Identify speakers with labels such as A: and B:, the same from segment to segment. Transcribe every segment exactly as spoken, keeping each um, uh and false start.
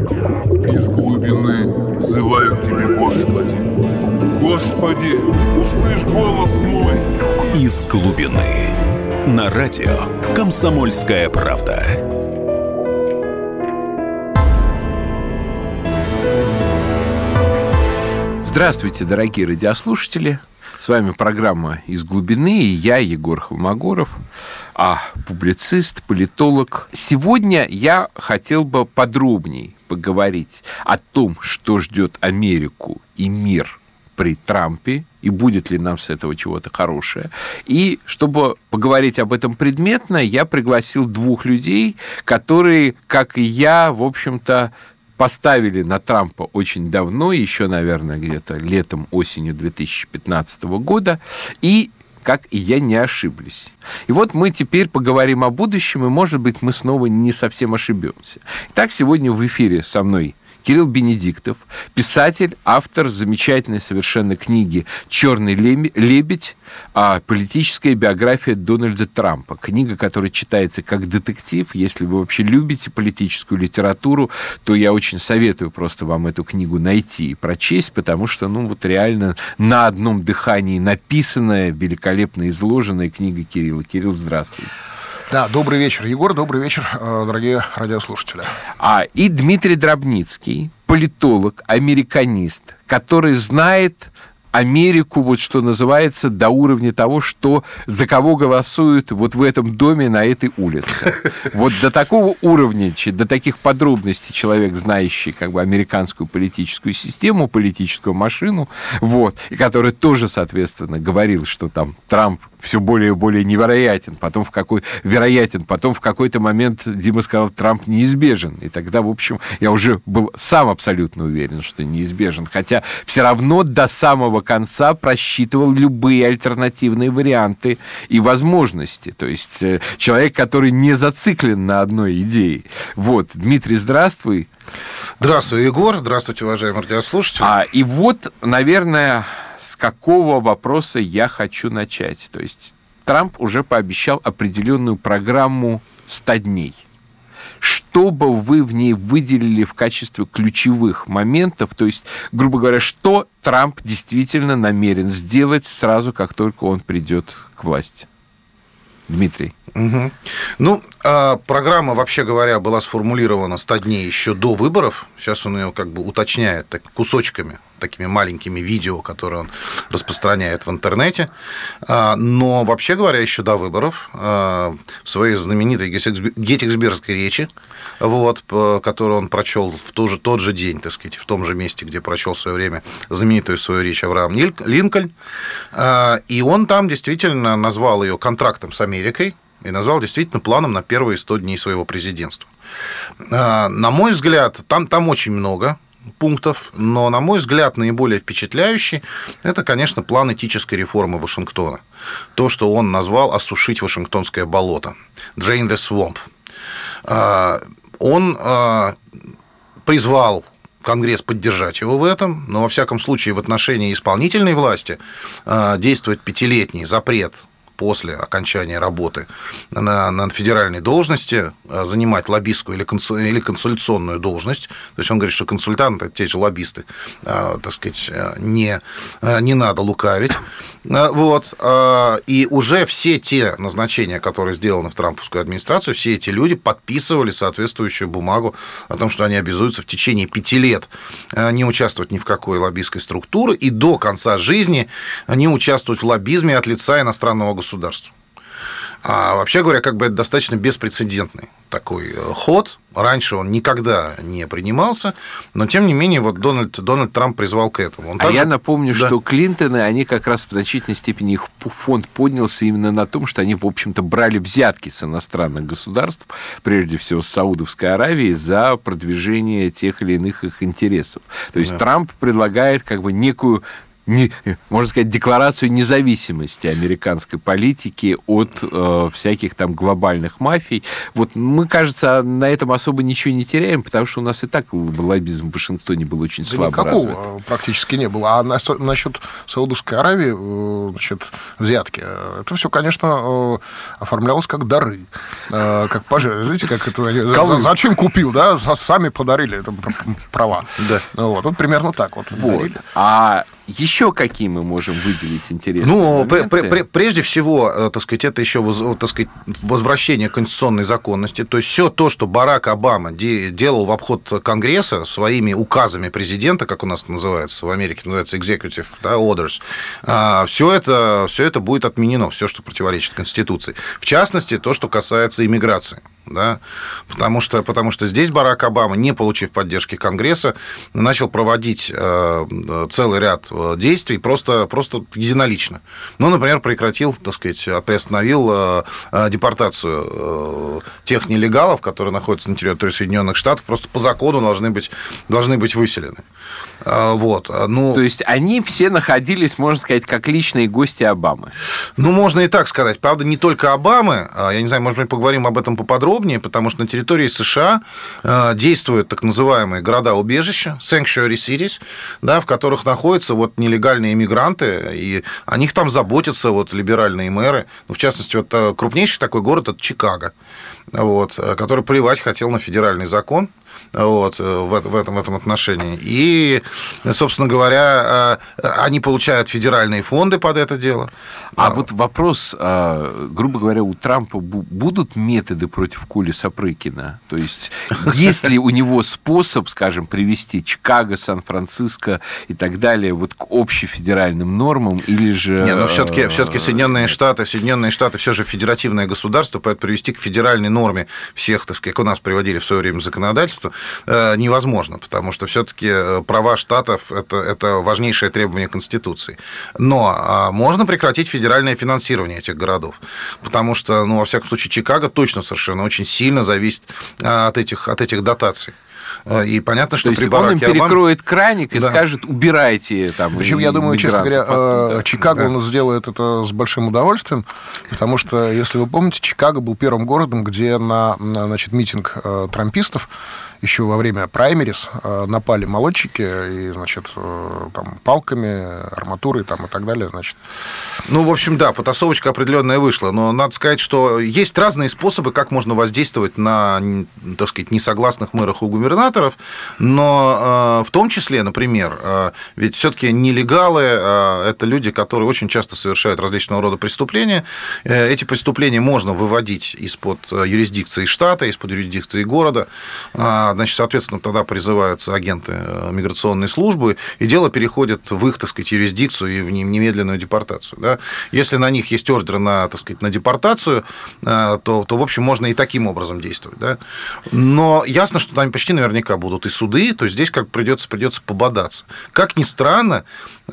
A: Из глубины взываю к Тебе, Господи. Господи, услышь голос мой.
B: Из глубины. На радио «Комсомольская правда».
C: Здравствуйте, дорогие радиослушатели. С вами программа «Из глубины», и я, Егор Холмогоров, а публицист, политолог. Сегодня я хотел бы подробнее поговорить о том, что ждет Америку и мир при Трампе, и будет ли нам с этого чего-то хорошее. И чтобы поговорить об этом предметно, я пригласил двух людей, которые, как и я, в общем-то, поставили на Трампа очень давно, еще, наверное, где-то летом, осенью две тысячи пятнадцатого года, и, как и я, не ошиблись. И вот мы теперь поговорим о будущем, и, может быть, мы снова не совсем ошибемся. Итак, сегодня в эфире со мной Кирилл Бенедиктов, писатель, автор замечательной совершенно книги «Черный лебедь. Политическая биография Дональда Трампа». Книга, которая читается как детектив. Если вы вообще любите политическую литературу, то я очень советую просто вам эту книгу найти и прочесть, потому что, ну, вот реально на одном дыхании написанная, великолепно изложенная книга Кирилла. Кирилл, здравствуй.
D: Да, добрый вечер, Егор, добрый вечер, дорогие радиослушатели.
C: А, и Дмитрий Дробницкий, политолог, американист, который знает Америку, вот что называется, до уровня того, что за кого голосуют вот в этом доме на этой улице. Вот до такого уровня, до таких подробностей человек, знающий как бы американскую политическую систему, политическую машину, вот, и который тоже, соответственно, говорил, что там Трамп все более и более невероятен, потом в какой вероятен, потом в какой-то момент Дима сказал, Трамп неизбежен. И тогда, в общем, я уже был сам абсолютно уверен, что неизбежен. Хотя все равно до самого конца просчитывал любые альтернативные варианты и возможности. То есть человек, который не зациклен на одной идее. Вот, Дмитрий, здравствуй.
D: Здравствуй, Егор. Здравствуйте, уважаемые радиослушатели.
C: А, и вот, наверное, с какого вопроса я хочу начать. То есть Трамп уже пообещал определенную программу ста дней. Что бы вы в ней выделили в качестве ключевых моментов? То есть, грубо говоря, что Трамп действительно намерен сделать сразу, как только он придет к власти? Дмитрий.
D: Угу. Ну, а программа, вообще говоря, была сформулирована ста дней еще до выборов. Сейчас он ее как бы уточняет так, кусочками, такими маленькими видео, которые он распространяет в интернете. Но, вообще говоря, еще до выборов в своей знаменитой геттисбергской речи, вот, которую он прочел в тот же, тот же день, так сказать, в том же месте, где прочел в свое время знаменитую свою речь Авраам Линкольн, и он там действительно назвал ее контрактом с Америкой и назвал действительно планом на первые сто дней своего президентства. На мой взгляд, там, там очень много пунктов, но, на мой взгляд, наиболее впечатляющий – это, конечно, план этической реформы Вашингтона. То, что он назвал «осушить Вашингтонское болото» – «drain the swamp». Он призвал Конгресс поддержать его в этом, но, во всяком случае, в отношении исполнительной власти действует пятилетний запрет после окончания работы на, на федеральной должности занимать лоббистскую или, консу, или консультационную должность. То есть он говорит, что консультанты, те же лоббисты, так сказать, не, не надо лукавить. Вот. И уже все те назначения, которые сделаны в трамповскую администрацию, все эти люди подписывали соответствующую бумагу о том, что они обязуются в течение пяти лет не участвовать ни в какой лоббистской структуре и до конца жизни не участвовать в лоббизме от лица иностранного государства. государству. А вообще говоря, как бы это достаточно беспрецедентный такой ход. Раньше он никогда не принимался, но, тем не менее, вот Дональд, Дональд Трамп призвал к этому. Он
C: а также... я напомню, да. что Клинтоны, они как раз в значительной степени, их фонд поднялся именно на том, что они, в общем-то, брали взятки с иностранных государств, прежде всего с Саудовской Аравии, за продвижение тех или иных их интересов. То есть да. Трамп предлагает как бы некую не, можно сказать, декларацию независимости американской политики от э, всяких там глобальных мафий. Вот мы, кажется, на этом особо ничего не теряем, потому что у нас и так лоббизм в Вашингтоне был очень да слабо
E: никакого
C: развит.
E: Практически не было. А насчет Саудовской Аравии, значит, взятки, это все, конечно, оформлялось как дары, как пожертвования. Знаете, как это... Зачем купил, да? Сами подарили это права. Да. Вот, вот примерно так вот.
C: вот. А еще какие мы можем выделить интересные
D: Ну,
C: моменты?
D: Пр- пр- прежде всего, так сказать, это еще так сказать, возвращение конституционной законности. То есть все то, что Барак Обама де- делал в обход Конгресса своими указами президента, как у нас это называется, в Америке называется executive да, orders, все это, все это будет отменено, все, что противоречит Конституции. В частности, то, что касается иммиграции. Да? Потому, что, потому что здесь Барак Обама, не получив поддержки Конгресса, начал проводить э, целый ряд действий просто, просто единолично. Ну, например, прекратил, так сказать, приостановил э, депортацию э, тех нелегалов, которые находятся на территории Соединенных Штатов, просто по закону должны быть, должны быть выселены. Э, вот. Ну,
C: То есть они все находились, можно сказать, как личные гости Обамы.
D: Ну, можно и так сказать. Правда, не только Обамы. Я не знаю, может быть, поговорим об этом поподробнее, потому что на территории США действуют так называемые города-убежища, sanctuary cities, да, в которых находятся вот нелегальные иммигранты, и о них там заботятся вот либеральные мэры. Ну, в частности, вот крупнейший такой город – это Чикаго, вот, который плевать хотел на федеральный закон. Вот, в, этом, в этом отношении. И, собственно говоря, они получают федеральные фонды под это дело.
C: А, а вот вопрос, грубо говоря, у Трампа будут методы против Коли Сапрыкина? То есть, есть ли у него способ, скажем, привести Чикаго, Сан-Франциско и так далее вот к общефедеральным нормам, или же...
D: Не, ну все-таки, все-таки Соединенные Штаты, Соединенные Штаты все же федеративное государство, поэтому привести к федеральной норме всех, так сказать, как у нас приводили в свое время законодательство, невозможно, потому что все-таки права штатов это, это важнейшее требование Конституции. Но можно прекратить федеральное финансирование этих городов, потому что, ну, во всяком случае, Чикаго точно совершенно очень сильно зависит от этих, от этих дотаций. И понятно, что
C: То есть
D: при Бараке
C: он им перекроет
D: Обаме...
C: краник и
D: да.
C: скажет, убирайте там.
E: Причем, я думаю, честно говоря,
C: оттуда.
E: Чикаго
D: да.
E: он сделает это с большим удовольствием, потому что, если вы помните, Чикаго был первым городом, где на, на значит, митинг трампистов еще во время праймерис напали молодчики и, значит, там, палками, арматурой там, и так далее, значит.
D: Ну, в общем, да, потасовочка определенная вышла, но надо сказать, что есть разные способы, как можно воздействовать на, так сказать, несогласных мэров и губернаторов, но в том числе, например, ведь все-таки нелегалы – это люди, которые очень часто совершают различного рода преступления. Эти преступления можно выводить из-под юрисдикции штата, из-под юрисдикции города. Значит, соответственно, тогда призываются агенты миграционной службы, и дело переходит в их, так сказать, юрисдикцию и в немедленную депортацию. Да? Если на них есть ордер на, так сказать, на депортацию, то, то, в общем, можно и таким образом действовать. Да? Но ясно, что там почти наверняка будут и суды, то есть здесь как придется, придется пободаться. Как ни странно,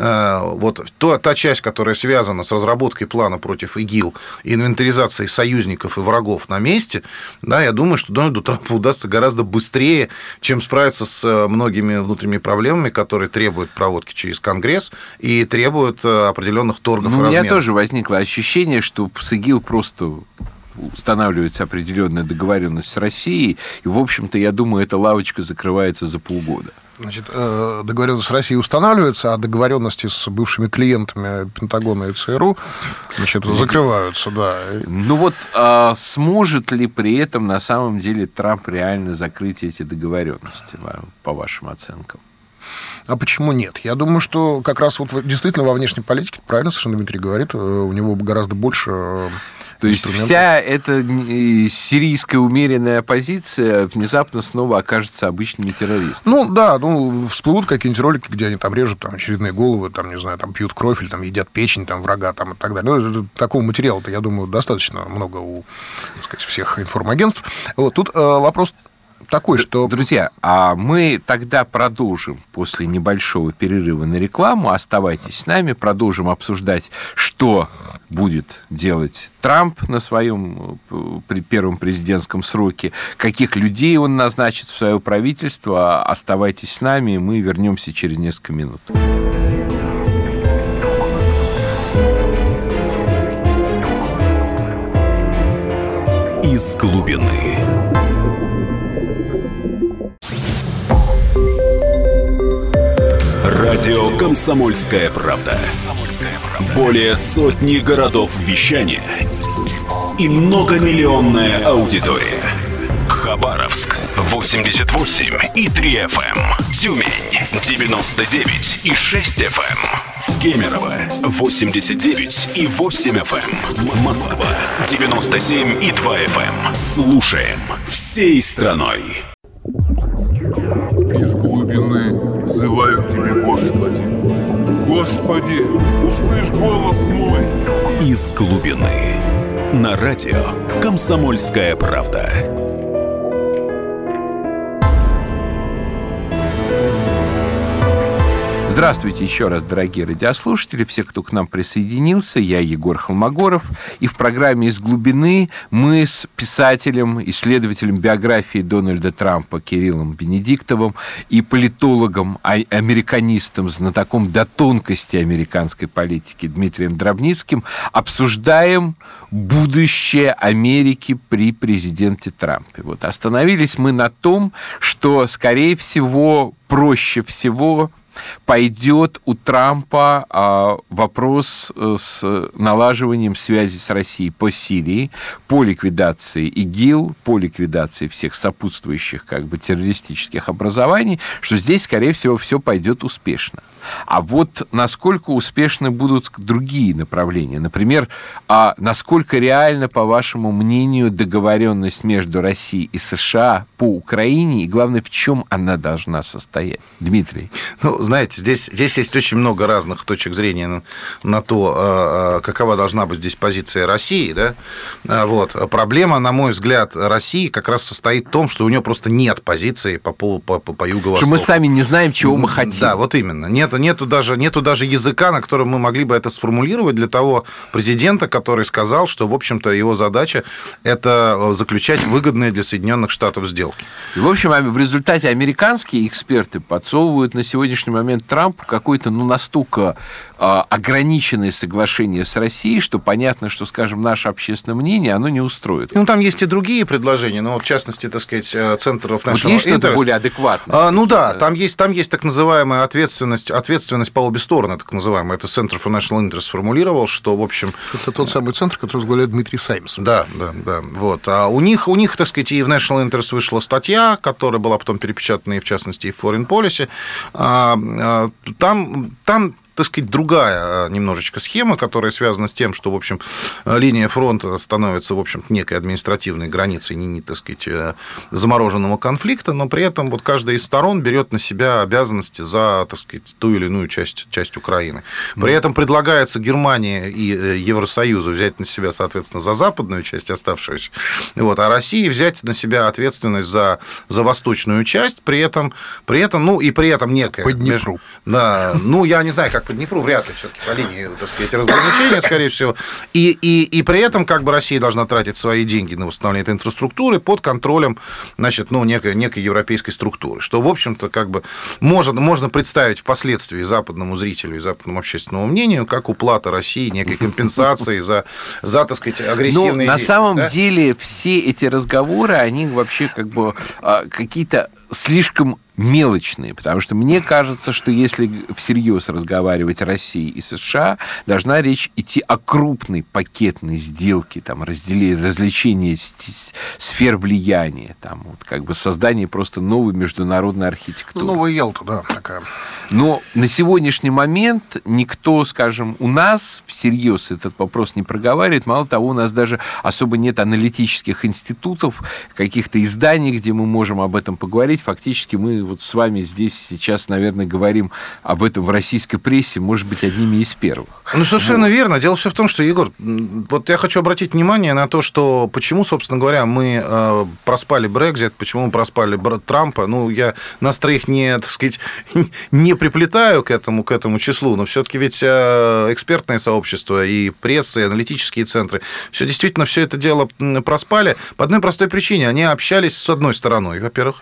D: вот то, та часть, которая связана с разработкой плана против ИГИЛ и инвентаризацией союзников и врагов на месте, да, я думаю, что Дональду Трампу удастся гораздо быстрее, чем справиться с многими внутренними проблемами, которые требуют проводки через Конгресс и требуют определенных торгов
C: ну,
D: и разменов.
C: У меня тоже возникло ощущение, что с ИГИЛ просто устанавливается определенная договоренность с Россией, и, в общем-то, я думаю, эта лавочка закрывается за полгода.
E: Значит, договоренность с Россией устанавливается, а договоренности с бывшими клиентами Пентагона и ЦРУ, значит, закрываются, да.
C: Ну вот, а сможет ли при этом на самом деле Трамп реально закрыть эти договоренности, по вашим оценкам?
E: А почему нет? Я думаю, что как раз вот действительно во внешней политике, правильно совершенно Дмитрий говорит, у него гораздо больше...
C: То есть вся эта сирийская умеренная оппозиция внезапно снова окажется обычными террористами.
E: Ну да, ну всплывут какие-нибудь ролики, где они там режут там, очередные головы, там, не знаю, там пьют кровь или там едят печень там, врага там, и так далее. Ну, такого материала-то, я думаю, достаточно много у, так сказать, всех информагентств. Вот, тут э, вопрос такой, что...
C: Друзья, а мы тогда продолжим после небольшого перерыва на рекламу. Оставайтесь с нами, продолжим обсуждать, что будет делать Трамп на своем при первом президентском сроке, каких людей он назначит в свое правительство. Оставайтесь с нами, мы вернемся через несколько минут.
B: из глубины. Радио «Комсомольская правда». Более сотни городов вещания и многомиллионная аудитория. Хабаровск восемьдесят восемь и три эф эм, Тюмень девяносто девять и шесть эф эм, Кемерово восемьдесят девять и восемь эф эм, Москва девяносто семь и два эф эм. Слушаем всей страной.
A: Из глубины взываю к Тебе, Господи. Господи, услышь голос мой.
B: Из глубины. На радио «Комсомольская правда».
C: Здравствуйте еще раз, дорогие радиослушатели, все, кто к нам присоединился. Я Егор Холмогоров. И в программе «Из глубины» мы с писателем, исследователем биографии Дональда Трампа Кириллом Бенедиктовым и политологом, американистом, знатоком до тонкости американской политики Дмитрием Дробницким обсуждаем будущее Америки при президенте Трампе. Вот остановились мы на том, что, скорее всего, проще всего пойдет у Трампа а, вопрос с налаживанием связи с Россией по Сирии, по ликвидации ИГИЛ, по ликвидации всех сопутствующих как бы террористических образований, что здесь, скорее всего, все пойдет успешно. А вот насколько успешны будут другие направления? Например, а насколько реально, по вашему мнению, договоренность между Россией и США по Украине, и, главное, в чем она должна состоять? Дмитрий.
D: Ну, знаете, здесь, здесь есть очень много разных точек зрения на, на то, какова должна быть здесь позиция России. Да? Вот. Проблема, на мой взгляд, России как раз состоит в том, что у нее просто нет позиции по, по, по, по юго-востоку.
C: Что мы сами не знаем, чего мы хотим.
D: Да, вот именно. Нет, нету, даже, нету даже языка, на котором мы могли бы это сформулировать для того президента, который сказал, что, в общем-то, его задача – это заключать выгодные для Соединенных Штатов сделки.
C: И, в общем, в результате американские эксперты подсовывают на сегодняшний момент Трампу какое-то, ну, настолько э, ограниченное соглашение с Россией, что понятно, что, скажем, наше общественное мнение, оно не устроит.
D: Ну, там есть и другие предложения, но, в частности, так сказать, Центр of National Interest.
C: Вот есть что-то более адекватное?
D: А, ну, да, там есть, там есть так называемая ответственность, ответственность по обе стороны, так называемая. Это Center for National Interest сформулировал, что, в общем...
E: Это тот самый центр, который возглавляет Дмитрий Саймс.
D: Да, да, да. Вот. А у них, у них, так сказать, и в National Interest вышла статья, которая была потом перепечатана и, в частности, и в Foreign Policy. Там, там так сказать, другая немножечко схема, которая связана с тем, что, в общем, линия фронта становится, в общем, некой административной границей, не, не, так сказать, замороженного конфликта, но при этом вот каждая из сторон берет на себя обязанности за, так сказать, ту или иную часть, часть Украины. При этом предлагается Германии и Евросоюзу взять на себя, соответственно, за западную часть оставшуюся, вот, а России взять на себя ответственность за, за восточную часть, при этом, при этом, ну, и при этом некая...
E: По Днепру.
D: Да, ну, я не знаю, как по Днепру, вряд ли все-таки по линии, так сказать, разграничения, скорее всего. И, и, и при этом как бы Россия должна тратить свои деньги на восстановление этой инфраструктуры под контролем, значит, ну, некой, некой европейской структуры, что, в общем-то, как бы можно, можно представить впоследствии западному зрителю и западному общественному мнению как уплата России некой компенсации за, за, так сказать, агрессивные
C: действия. На самом
D: да?
C: деле все эти разговоры, они вообще как бы какие-то слишком мелочные, потому что мне кажется, что если всерьез разговаривать России и США, должна речь идти о крупной пакетной сделке, там, разделении, развлечении сфер влияния, там, вот, как бы создание просто новой международной архитектуры.
E: Ну, новая Ялта, да, такая.
C: Но на сегодняшний момент никто, скажем, у нас всерьез этот вопрос не проговаривает. Мало того, у нас даже особо нет аналитических институтов, каких-то изданий, где мы можем об этом поговорить. Фактически мы вот с вами здесь сейчас, наверное, говорим об этом в российской прессе, может быть, одними из первых.
D: Ну, совершенно вот. Верно. Дело все в том, что, Егор, вот я хочу обратить внимание на то, что почему, собственно говоря, мы э, проспали Брексит, почему мы проспали Трампа. Ну, я нас троих не, так сказать, не приплетаю к этому, к этому числу, но все-таки ведь э, экспертное сообщество и пресса, и аналитические центры, все действительно все это дело проспали по одной простой причине. Они общались с одной стороной, во-первых, это первое.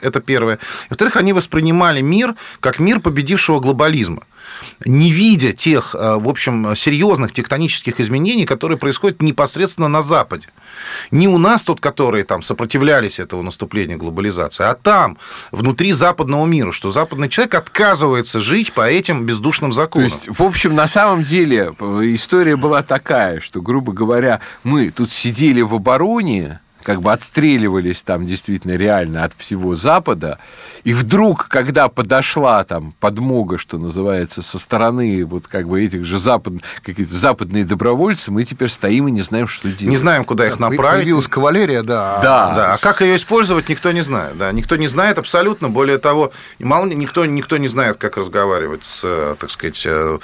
D: первое. И, во-вторых, они воспринимали мир как мир победившего глобализма, не видя тех, в общем, серьезных тектонических изменений, которые происходят непосредственно на Западе. Не у нас тут, которые там сопротивлялись этому наступлению глобализации, а там, внутри западного мира, что западный человек отказывается жить по этим бездушным законам.
C: То есть, в общем, на самом деле история была такая, что, грубо говоря, мы тут сидели в обороне, как бы отстреливались там действительно реально от всего Запада, и вдруг, когда подошла там подмога, что называется, со стороны вот как бы этих же запад... какие-то западные добровольцы, мы теперь стоим и не знаем, что делать.
D: Не знаем, куда их направить.
E: Появилась кавалерия, да.
C: Да.
D: Да. А как ее использовать, никто не знает. Да. Никто не знает абсолютно. Более того, мало, никто, никто не знает, как разговаривать с, так сказать,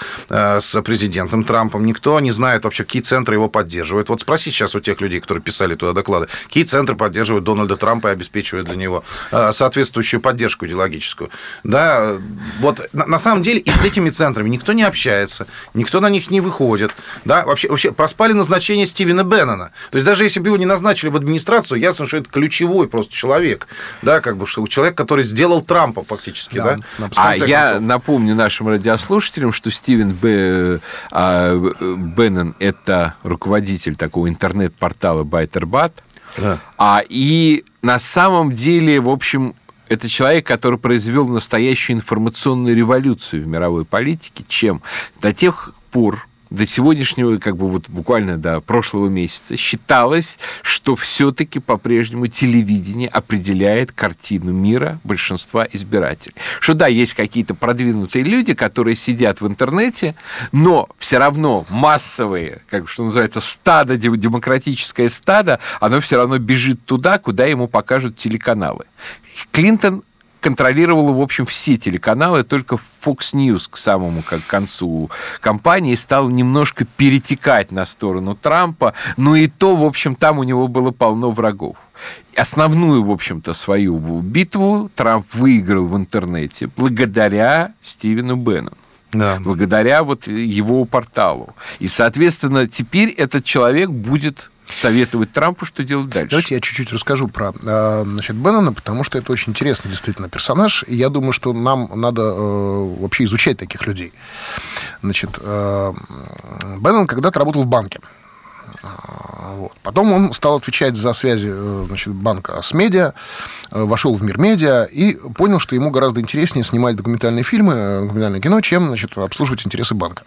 D: с президентом Трампом. Никто не знает вообще, какие центры его поддерживают. Вот спроси сейчас у тех людей, которые писали туда доклады, какие центры поддерживают Дональда Трампа и обеспечивают для него соответствующую поддержку идеологическую. Да, вот на самом деле и с этими центрами никто не общается, никто на них не выходит. Да, вообще, вообще проспали назначение Стивена Беннона. То есть даже если бы его не назначили в администрацию, ясно, что это ключевой просто человек. Да, как бы, что человек, который сделал Трампа фактически. Да,
E: да?
C: А я напомню нашим радиослушателям, что Стивен Б... Беннон – это руководитель такого интернет-портала Байтербат.
D: Да.
C: А, и на самом деле, в общем, это человек, который произвел настоящую информационную революцию в мировой политике, чем до тех пор, до сегодняшнего, как бы вот буквально до прошлого месяца, считалось, что все-таки по-прежнему телевидение определяет картину мира большинства избирателей. Что да, есть какие-то продвинутые люди, которые сидят в интернете, но все равно массовые, как что называется, стадо, демократическое стадо, оно все равно бежит туда, куда ему покажут телеканалы. Клинтон контролировала, в общем, все телеканалы, только Fox News к самому как, концу кампании стал немножко перетекать на сторону Трампа, но и то, в общем, там у него было полно врагов. Основную, в общем-то, свою битву Трамп выиграл в интернете благодаря Стивену Беннону. Да. Благодаря вот его порталу. И, соответственно, теперь этот человек будет советовать Трампу, что делать дальше.
E: Давайте я чуть-чуть расскажу про, значит, Беннона, потому что это очень интересный действительно персонаж, и я думаю, что нам надо э, вообще изучать таких людей. Значит, э, Беннон когда-то работал в банке. Вот. Потом он стал отвечать за связи, значит, банка с медиа, вошел в мир медиа и понял, что ему гораздо интереснее снимать документальные фильмы, документальное кино, чем, значит, обслуживать интересы банка.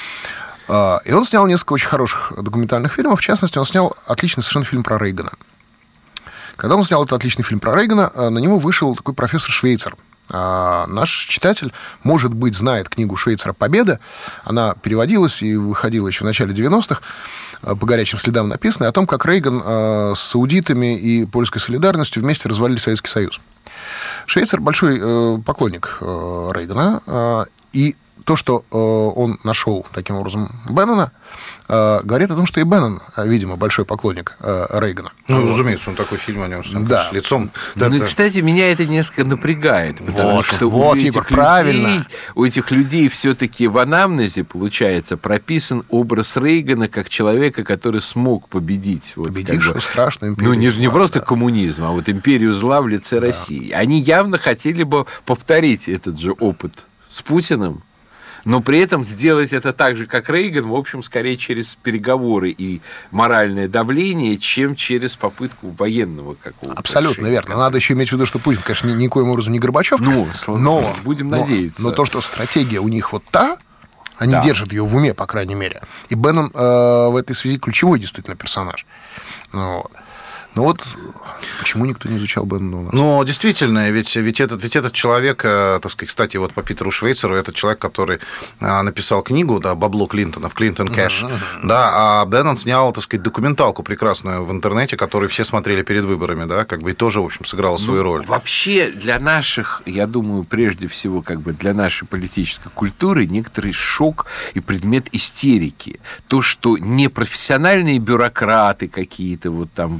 E: И он снял несколько очень хороших документальных фильмов. В частности, он снял отличный совершенно фильм про Рейгана. Когда он снял этот отличный фильм про Рейгана, на него вышел такой профессор Швейцер. Наш читатель, может быть, знает книгу Швейцера «Победа». Она переводилась и выходила еще в начале девяностых. По горячим следам написано о том, как Рейган с саудитами и польской солидарностью вместе развалили Советский Союз. Швейцер большой поклонник Рейгана, и то, что э, он нашел таким образом Беннона, э, говорит о том, что и Беннон, видимо, большой поклонник э, Рейгана.
D: Ну, вот. Разумеется, он такой фильм о нем сам, да. С лицом.
C: Да, ну, да. Кстати, меня это несколько напрягает, потому
E: вот,
C: что
E: вот,
C: у,
E: Егор,
C: этих
E: правильно.
C: людей, у этих людей все-таки в анамнезе, получается, прописан образ Рейгана как человека, который смог победить. Вот,
E: победившего
C: как бы,
E: страшную империю.
C: Ну, не,
E: зла,
C: не просто
E: да.
C: коммунизм, а вот империю зла в лице да. России. Они явно хотели бы повторить этот же опыт с Путиным, но при этом сделать это так же, как Рейган, в общем, скорее через переговоры и моральное давление, чем через попытку военного какого-то.
E: Абсолютно решения. Верно. Надо еще иметь в виду, что Путин, конечно, никоим образом не Горбачев,
C: ну,
E: но,
C: будем
E: но,
C: надеяться.
E: Но то, что стратегия у них вот та, они
C: да.
E: держат ее в уме, по крайней мере. И Беннон э, в этой связи ключевой действительно персонаж. Вот. Ну вот почему никто не изучал Беннона?
D: Ну, действительно, ведь, ведь, этот, ведь этот человек, так сказать, кстати, вот по Питеру Швейцеру, этот человек, который написал книгу, да, «Бабло Клинтона», в «Клинтон Кэш», uh-huh. да, а Беннон снял, так сказать, документалку прекрасную в интернете, которую все смотрели перед выборами, да, как бы и тоже, в общем, сыграла свою
C: ну,
D: роль.
C: Вообще для наших, я думаю, прежде всего, как бы для нашей политической культуры некоторый шок и предмет истерики. То, что непрофессиональные бюрократы какие-то вот там в Вашингтоне,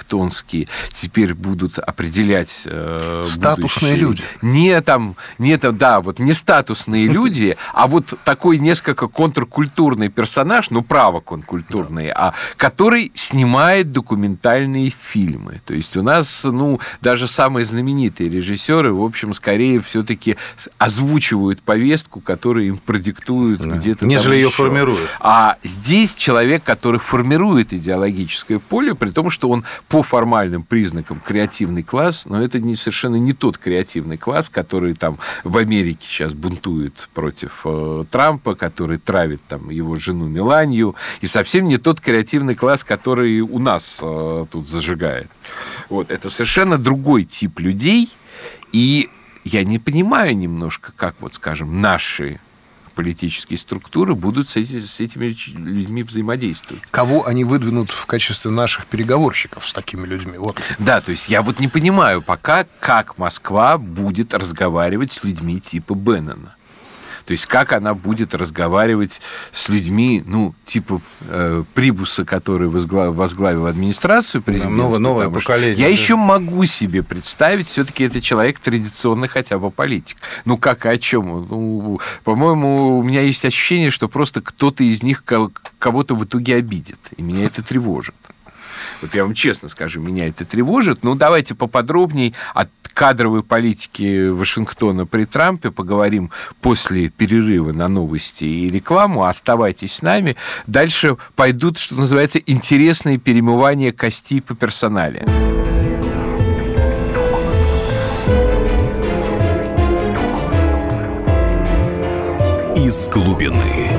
C: вашингтонские теперь будут определять э,
E: статусные
C: будущее.
E: люди.
C: Не там, не там, да, вот не статусные люди, а вот такой несколько контркультурный персонаж, ну, правоконтркультурный, а который снимает документальные фильмы. То есть у нас, ну, даже самые знаменитые режиссеры, в общем, скорее все-таки озвучивают повестку, которую им продиктуют да. где-то
D: нежели
C: там
D: ее
C: еще.
D: формируют.
C: А здесь человек, который формирует идеологическое поле, при том, что он по формальным признакам креативный класс, но это не, совершенно не тот креативный класс, который там в Америке сейчас бунтует против э, Трампа, который травит там его жену Меланию, и совсем не тот креативный класс, который у нас э, тут зажигает. Вот. Это совершенно другой тип людей, и я не понимаю немножко, как, вот, скажем, наши политические структуры будут с, эти, с этими людьми взаимодействовать.
E: Кого они выдвинут в качестве наших переговорщиков с такими людьми? Вот.
C: Да, то есть я вот не понимаю пока, как Москва будет разговаривать с людьми типа Беннона. То есть как она будет разговаривать с людьми, ну, типа э, Прибуса, который возглавил, возглавил администрацию президентскую.
D: Новое, новое поколение.
C: Я
D: да.
C: еще могу себе представить, все-таки это человек традиционный хотя бы политик. Ну, как и о чем? Ну, по-моему, у меня есть ощущение, что просто кто-то из них кого-то в итоге обидит. И меня это тревожит. Вот я вам честно скажу, меня это тревожит. Ну, давайте поподробнее о кадровой политике Вашингтона при Трампе поговорим после перерыва на новости и рекламу. Оставайтесь с нами. Дальше пойдут, что называется, интересные перемывания костей по персонале.
B: Из глубины.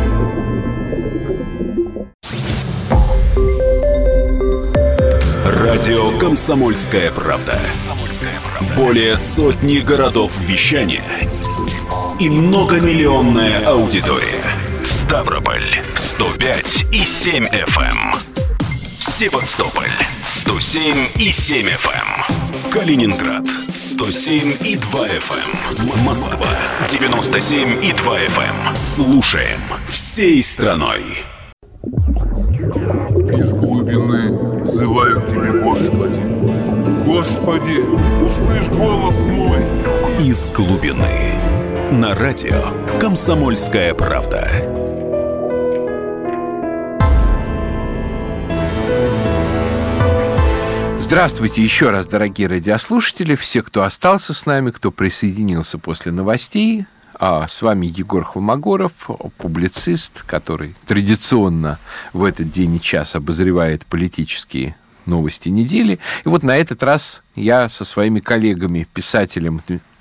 B: Радио «Комсомольская правда». Более сотни городов вещания и многомиллионная аудитория. Ставрополь сто пять и семь эф эм. Севастополь сто семь и семь эф эм. Калининград сто семь и два эф эм. Москва девяносто семь и два эф эм. Слушаем всей страной.
A: Из глубины взываю к Тебе, Господи. Господи, услышь голос мой.
B: Из глубины. На радио «Комсомольская правда».
C: Здравствуйте еще раз, дорогие радиослушатели, все, кто остался с нами, кто присоединился после новостей. А с вами Егор Холмогоров, публицист, который традиционно в этот день и час обозревает политические новости недели. И вот на этот раз я со своими коллегами, писателем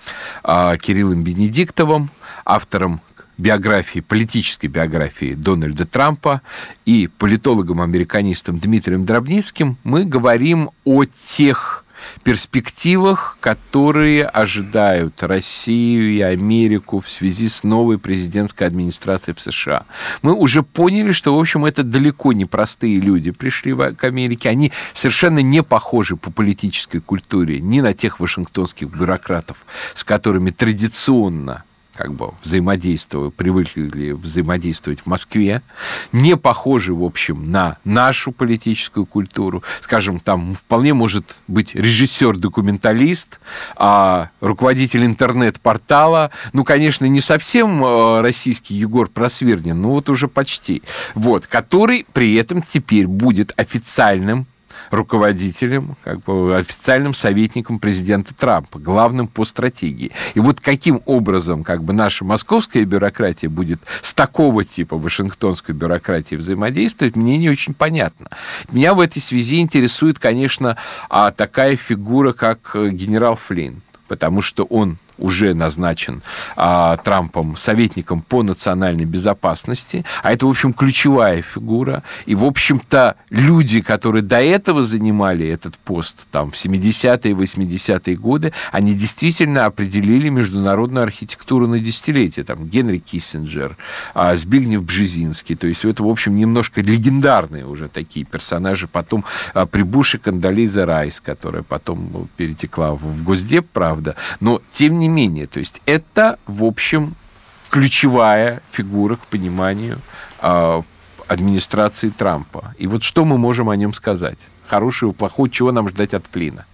C: Кириллом Бенедиктовым, автором биографии, политической биографии Дональда Трампа, и политологом-американистом Дмитрием Дробницким, мы говорим о тех перспективах, которые ожидают Россию и Америку в связи с новой президентской администрацией в США. Мы уже поняли, что, в общем, это далеко не простые люди пришли к Америке. Они совершенно не похожи по политической культуре ни на тех вашингтонских бюрократов, с которыми традиционно как бы взаимодействуя, привыкли взаимодействовать в Москве, не похожи, в общем, на нашу политическую культуру. Скажем, там вполне может быть режиссер-документалист, а руководитель интернет-портала, ну, конечно, не совсем российский Егор Просвирнин, но вот уже почти, вот, который при этом теперь будет официальным руководителем, как бы официальным советником президента Трампа, главным по стратегии. И вот каким образом как бы наша московская бюрократия будет с такого типа вашингтонской бюрократии взаимодействовать, мне не очень понятно. Меня в этой связи интересует, конечно, такая фигура, как генерал Флинн, потому что он уже назначен а, Трампом советником по национальной безопасности, а это, в общем, ключевая фигура. И, в общем-то, люди, которые до этого занимали этот пост там, в семидесятые и восьмидесятые годы, они действительно определили международную архитектуру на десятилетия. Там Генри Киссинджер, а, Збигнев Бжезинский. То есть это, в общем, немножко легендарные уже такие персонажи. Потом а, при Буше Кондолиза Райс, которая потом перетекла в Госдеп, правда. Но, тем не менее, то есть это, в общем, ключевая фигура к пониманию э, администрации Трампа. И вот что мы можем о нем сказать? хорошего и плохого, чего нам ждать от Флина?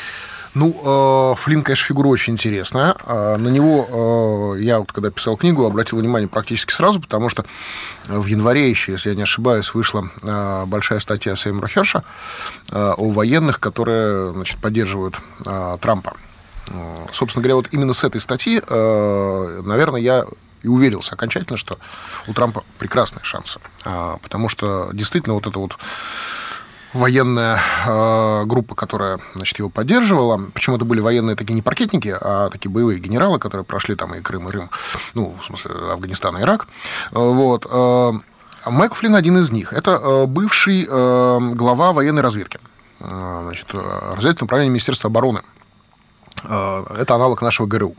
E: Ну, Флин, конечно, фигура очень интересная. На него я, вот, когда писал книгу, обратил внимание практически сразу, потому что в январе еще, если я не ошибаюсь, вышла большая статья Сеймура Херша о военных, которые, значит, поддерживают Трампа. Собственно говоря, вот именно с этой статьи, наверное, я и уверился окончательно, что у Трампа прекрасные шансы. Потому что действительно вот это вот военная э, группа, которая, значит, его поддерживала. Причем это были военные такие не паркетники, а такие боевые генералы, которые прошли там и Крым, и Рим, ну, в смысле, Афганистан и Ирак. Вот. Э, Майкл Флин один из них. Это э, бывший э, глава военной разведки. Э, значит, разведывательное управление Министерства обороны. Э, это аналог нашего ГРУ.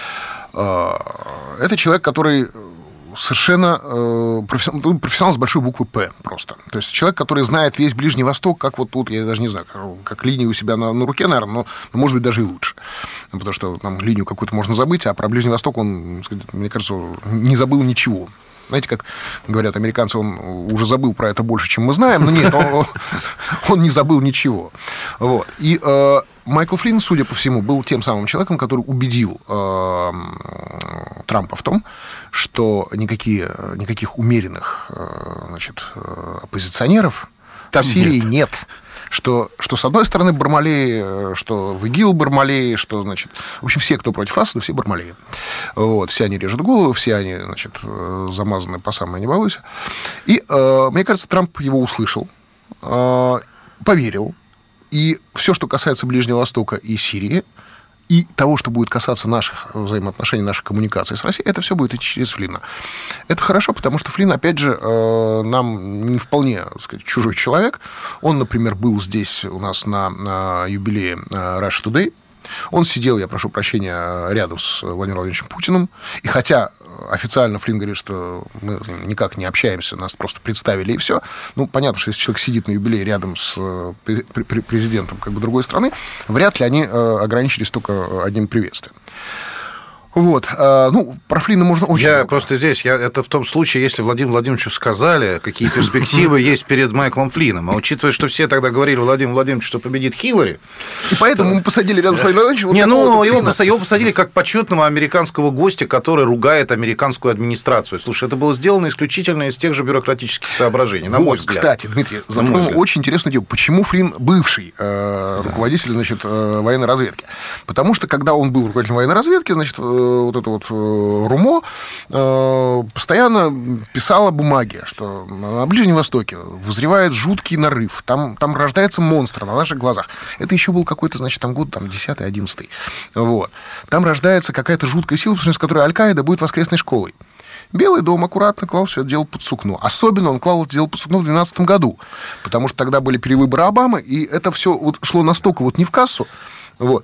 E: Э, это человек, который... совершенно э, профессионал, профессионал с большой буквы «П» просто. То есть человек, который знает весь Ближний Восток, как вот тут, я даже не знаю, как, как линию у себя на, на руке, наверное, но, но, может быть, даже и лучше. Потому что там линию какую-то можно забыть, а про Ближний Восток он, мне кажется, не забыл ничего. Знаете, как говорят американцы, он уже забыл про это больше, чем мы знаем, но нет, он, он не забыл ничего. Вот. И э, Майкл Флин, судя по всему, был тем самым человеком, который убедил э, Трампа в том, что никакие, никаких умеренных э, значит, оппозиционеров там в Сирии нет. нет. Что, что, с одной стороны, Бармалеи, что в ИГИЛ Бармалеи, что, значит... В общем, все, кто против Асада, все Бармалеи. Вот, все они режут голову, все они, значит, замазаны по самое не балуйся. И, э, мне кажется, Трамп его услышал, э, поверил. И все, что касается Ближнего Востока и Сирии, и того, что будет касаться наших взаимоотношений, наших коммуникаций с Россией, это все будет идти через Флина. Это хорошо, потому что Флин, опять же, нам не вполне, так сказать, чужой человек. Он, например, был здесь у нас на юбилее Russia Today. Он сидел, я прошу прощения, рядом с Владимиром Владимировичем Путиным. И хотя официально Флин говорит, что мы никак не общаемся, нас просто представили и все. Ну, понятно, что если человек сидит на юбилее рядом с президентом как бы другой страны, вряд ли они ограничились только одним приветствием. Вот. Ну, про Флина можно очень
D: Я
E: много.
D: просто здесь, я, это в том случае, если Владимиру Владимировичу сказали, какие перспективы есть перед Майклом Флином. А учитывая, что все тогда говорили Владимиру Владимировичу, что победит Хиллари.
E: И поэтому мы посадили рядом с Владимиром Владимировичем.
D: Не, ну, его, его посадили как почетного американского гостя, который ругает американскую администрацию. Слушай, это было сделано исключительно из тех же бюрократических соображений, на
E: вот,
D: мой взгляд.
E: Кстати, Дмитрий, затронул очень интересную тему. Почему Флин бывший э, да. руководитель, значит, э, военной разведки? Потому что, когда он был руководителем военной разведки, значит, э, вот это вот РУМО э, постоянно писала бумаги, что на Ближнем Востоке вызревает жуткий нарыв, там, там рождается монстр на наших глазах. Это еще был какой-то, значит, там год там, десятый, одиннадцатый. Вот. Там рождается какая-то жуткая сила, с которой Аль-Каида будет воскресной школой. Белый дом аккуратно клал все это дело под сукно. Особенно он клал это дело под сукно в две тысячи двенадцатом году, потому что тогда были перевыборы Обамы, и это все вот шло настолько вот не в кассу. Вот.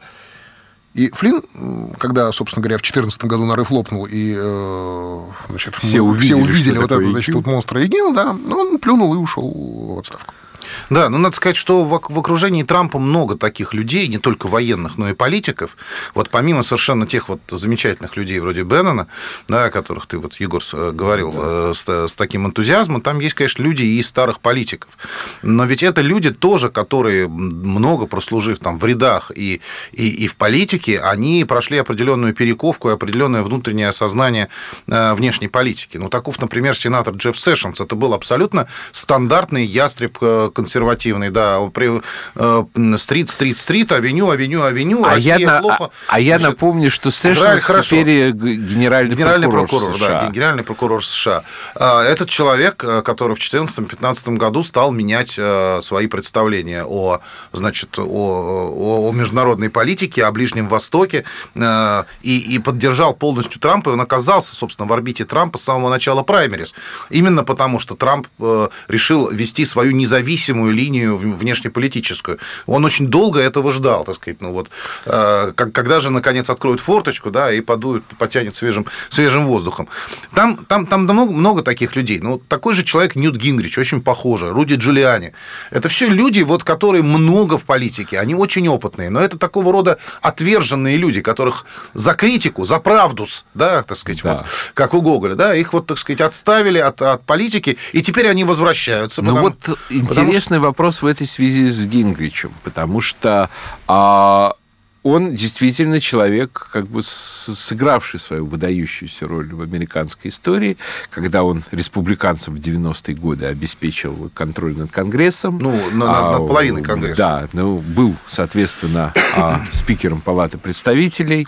E: И Флин, когда, собственно говоря, в две тысячи четырнадцатом году нарыв лопнул, и значит,
C: все увидели,
E: все увидели вот
C: это,
E: значит, вот монстра ИГИЛ, да, он плюнул и ушел в отставку.
D: Да, ну надо сказать, что в окружении Трампа много таких людей, не только военных, но и политиков. Вот помимо совершенно тех вот замечательных людей вроде Беннона, да, о которых ты, вот, Егор, говорил да. с, с таким энтузиазмом, там есть, конечно, люди и из старых политиков. Но ведь это люди тоже, которые, много прослужив там в рядах и, и, и в политике, они прошли определенную перековку и определенное внутреннее осознание внешней политики. Ну, таков, например, сенатор Джефф Сэшенс. Это был абсолютно стандартный ястреб консервативный, да, стрит, стрит, стрит, авеню, авеню, авеню,
C: а
D: Россия
C: я,
D: плохо.
C: А, а я
D: Значит,
C: напомню, что Сэшенс теперь генеральный,
D: генеральный
C: прокурор,
D: прокурор
C: США.
D: Да, генеральный прокурор США. Этот человек, который в две тысячи четырнадцатом-пятнадцатом году стал менять свои представления о, значит, о, о, о международной политике, о Ближнем Востоке, и, и поддержал полностью Трампа, и он оказался, собственно, в орбите Трампа с самого начала праймерис. Именно потому, что Трамп решил вести свою независимую линию внешнеполитическую. Он очень долго этого ждал, так сказать. Ну, вот, когда же, наконец, откроют форточку, да, и подует, потянет свежим, свежим воздухом. Там, там, там много, много таких людей. Ну, такой же человек Ньют Гингрич, очень похоже, Руди Джулиани. Это все люди, вот, которые много в политике, они очень опытные, но это такого рода отверженные люди, которых за критику, за правдус, да, так сказать, да. Вот, как у Гоголя, да, их вот, так сказать, отставили от, от политики, и теперь они возвращаются.
C: Ну,
D: потому,
C: вот интересно, интересный вопрос в этой связи с Гингричем, потому что а, он действительно человек, как бы сыгравший свою выдающуюся роль в американской истории, когда он республиканцам в девяностые годы обеспечил контроль над Конгрессом.
D: Ну, над, а, над половиной Конгресса.
C: Да, ну, был, соответственно, спикером Палаты представителей,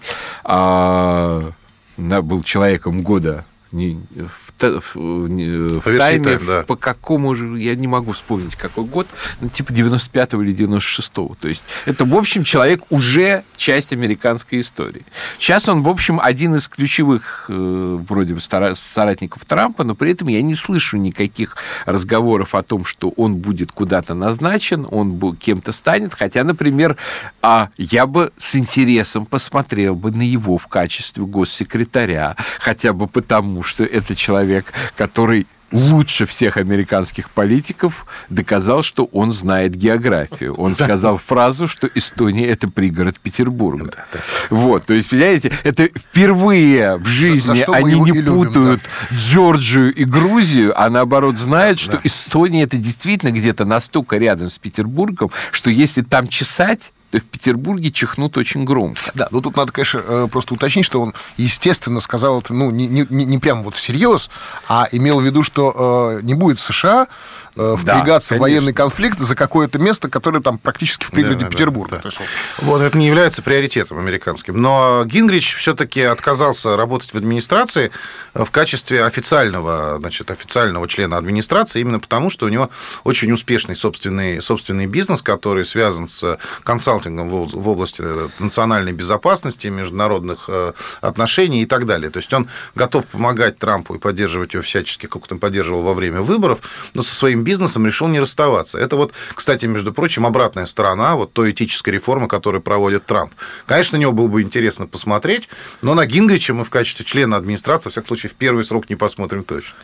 C: был человеком года не, в, в, в по тайме, тайм, да. По какому же, я не могу вспомнить, какой год, ну, типа девяносто пятого или девяносто шестого. То есть это, в общем, человек уже часть американской истории. Сейчас он, в общем, один из ключевых э, вроде бы соратников Трампа, но при этом я не слышу никаких разговоров о том, что он будет куда-то назначен, он кем-то станет, хотя, например, а, я бы с интересом посмотрел бы на его в качестве госсекретаря, хотя бы потому, что это человек, который лучше всех американских политиков доказал, что он знает географию. Он сказал фразу, что Эстония – это пригород Петербурга. Да, да. Вот, то есть, понимаете, это впервые в жизни за, за они не любим, путают да. Джорджию и Грузию, а наоборот знают, да, что да. Эстония – это действительно где-то настолько рядом с Петербургом, что если там чесать, то в Петербурге чихнут очень громко.
E: Да, ну тут надо, конечно, просто уточнить, что он, естественно, сказал это, ну, не, не, не прямо вот всерьез, а имел в виду, что э, не будет США э, впрягаться да, в военный конфликт за какое-то место, которое там практически в пригороде да, Петербурга. Да, да.
D: Вот. вот это не является приоритетом американским. Но Гингрич все-таки отказался работать в администрации в качестве официального, значит, официального члена администрации, именно потому, что у него очень успешный собственный, собственный бизнес, который связан с консалтингом в области национальной безопасности, международных отношений и так далее. То есть он готов помогать Трампу и поддерживать его всячески, как он поддерживал во время выборов, но со своим бизнесом решил не расставаться. Это вот, кстати, между прочим, обратная сторона вот той этической реформы, которую проводит Трамп. Конечно, на него было бы интересно посмотреть, но на Гингрича мы в качестве члена администрации, во всяком случае, в первый срок не посмотрим точно.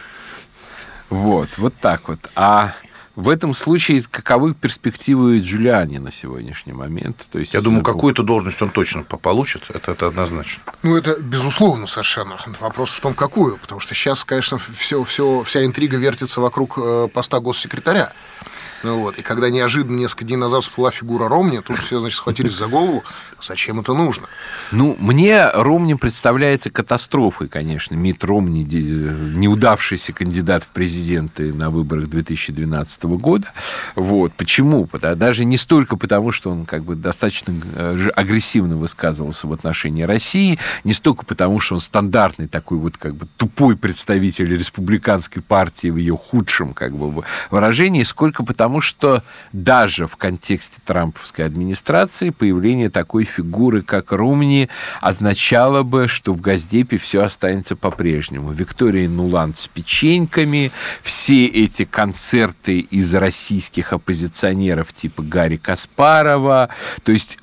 C: Вот, вот так вот. А в этом случае каковы перспективы Джулиани на сегодняшний момент? То есть,
D: я думаю, какую-то должность он точно получит, это, это однозначно.
E: Ну, это безусловно совершенно. Вопрос в том, какую, потому что сейчас, конечно, все, все, вся интрига вертится вокруг поста госсекретаря. Ну вот, и когда неожиданно несколько дней назад всплыла фигура Ромни, тут все, значит, схватились за голову, зачем это нужно?
C: Ну, мне Ромни представляется катастрофой, конечно. Митт Ромни, неудавшийся кандидат в президенты на выборах две тысячи двенадцатого года. Вот. Почему? Даже не столько потому, что он как бы достаточно агрессивно высказывался в отношении России, не столько потому, что он стандартный такой вот как бы тупой представитель республиканской партии в ее худшем как бы выражении, сколько потому, Потому что даже в контексте трамповской администрации появление такой фигуры, как Ромни, означало бы, что в Госдепе все останется по-прежнему. Виктория Нуланд с печеньками, все эти концерты из российских оппозиционеров типа Гарри Каспарова. То есть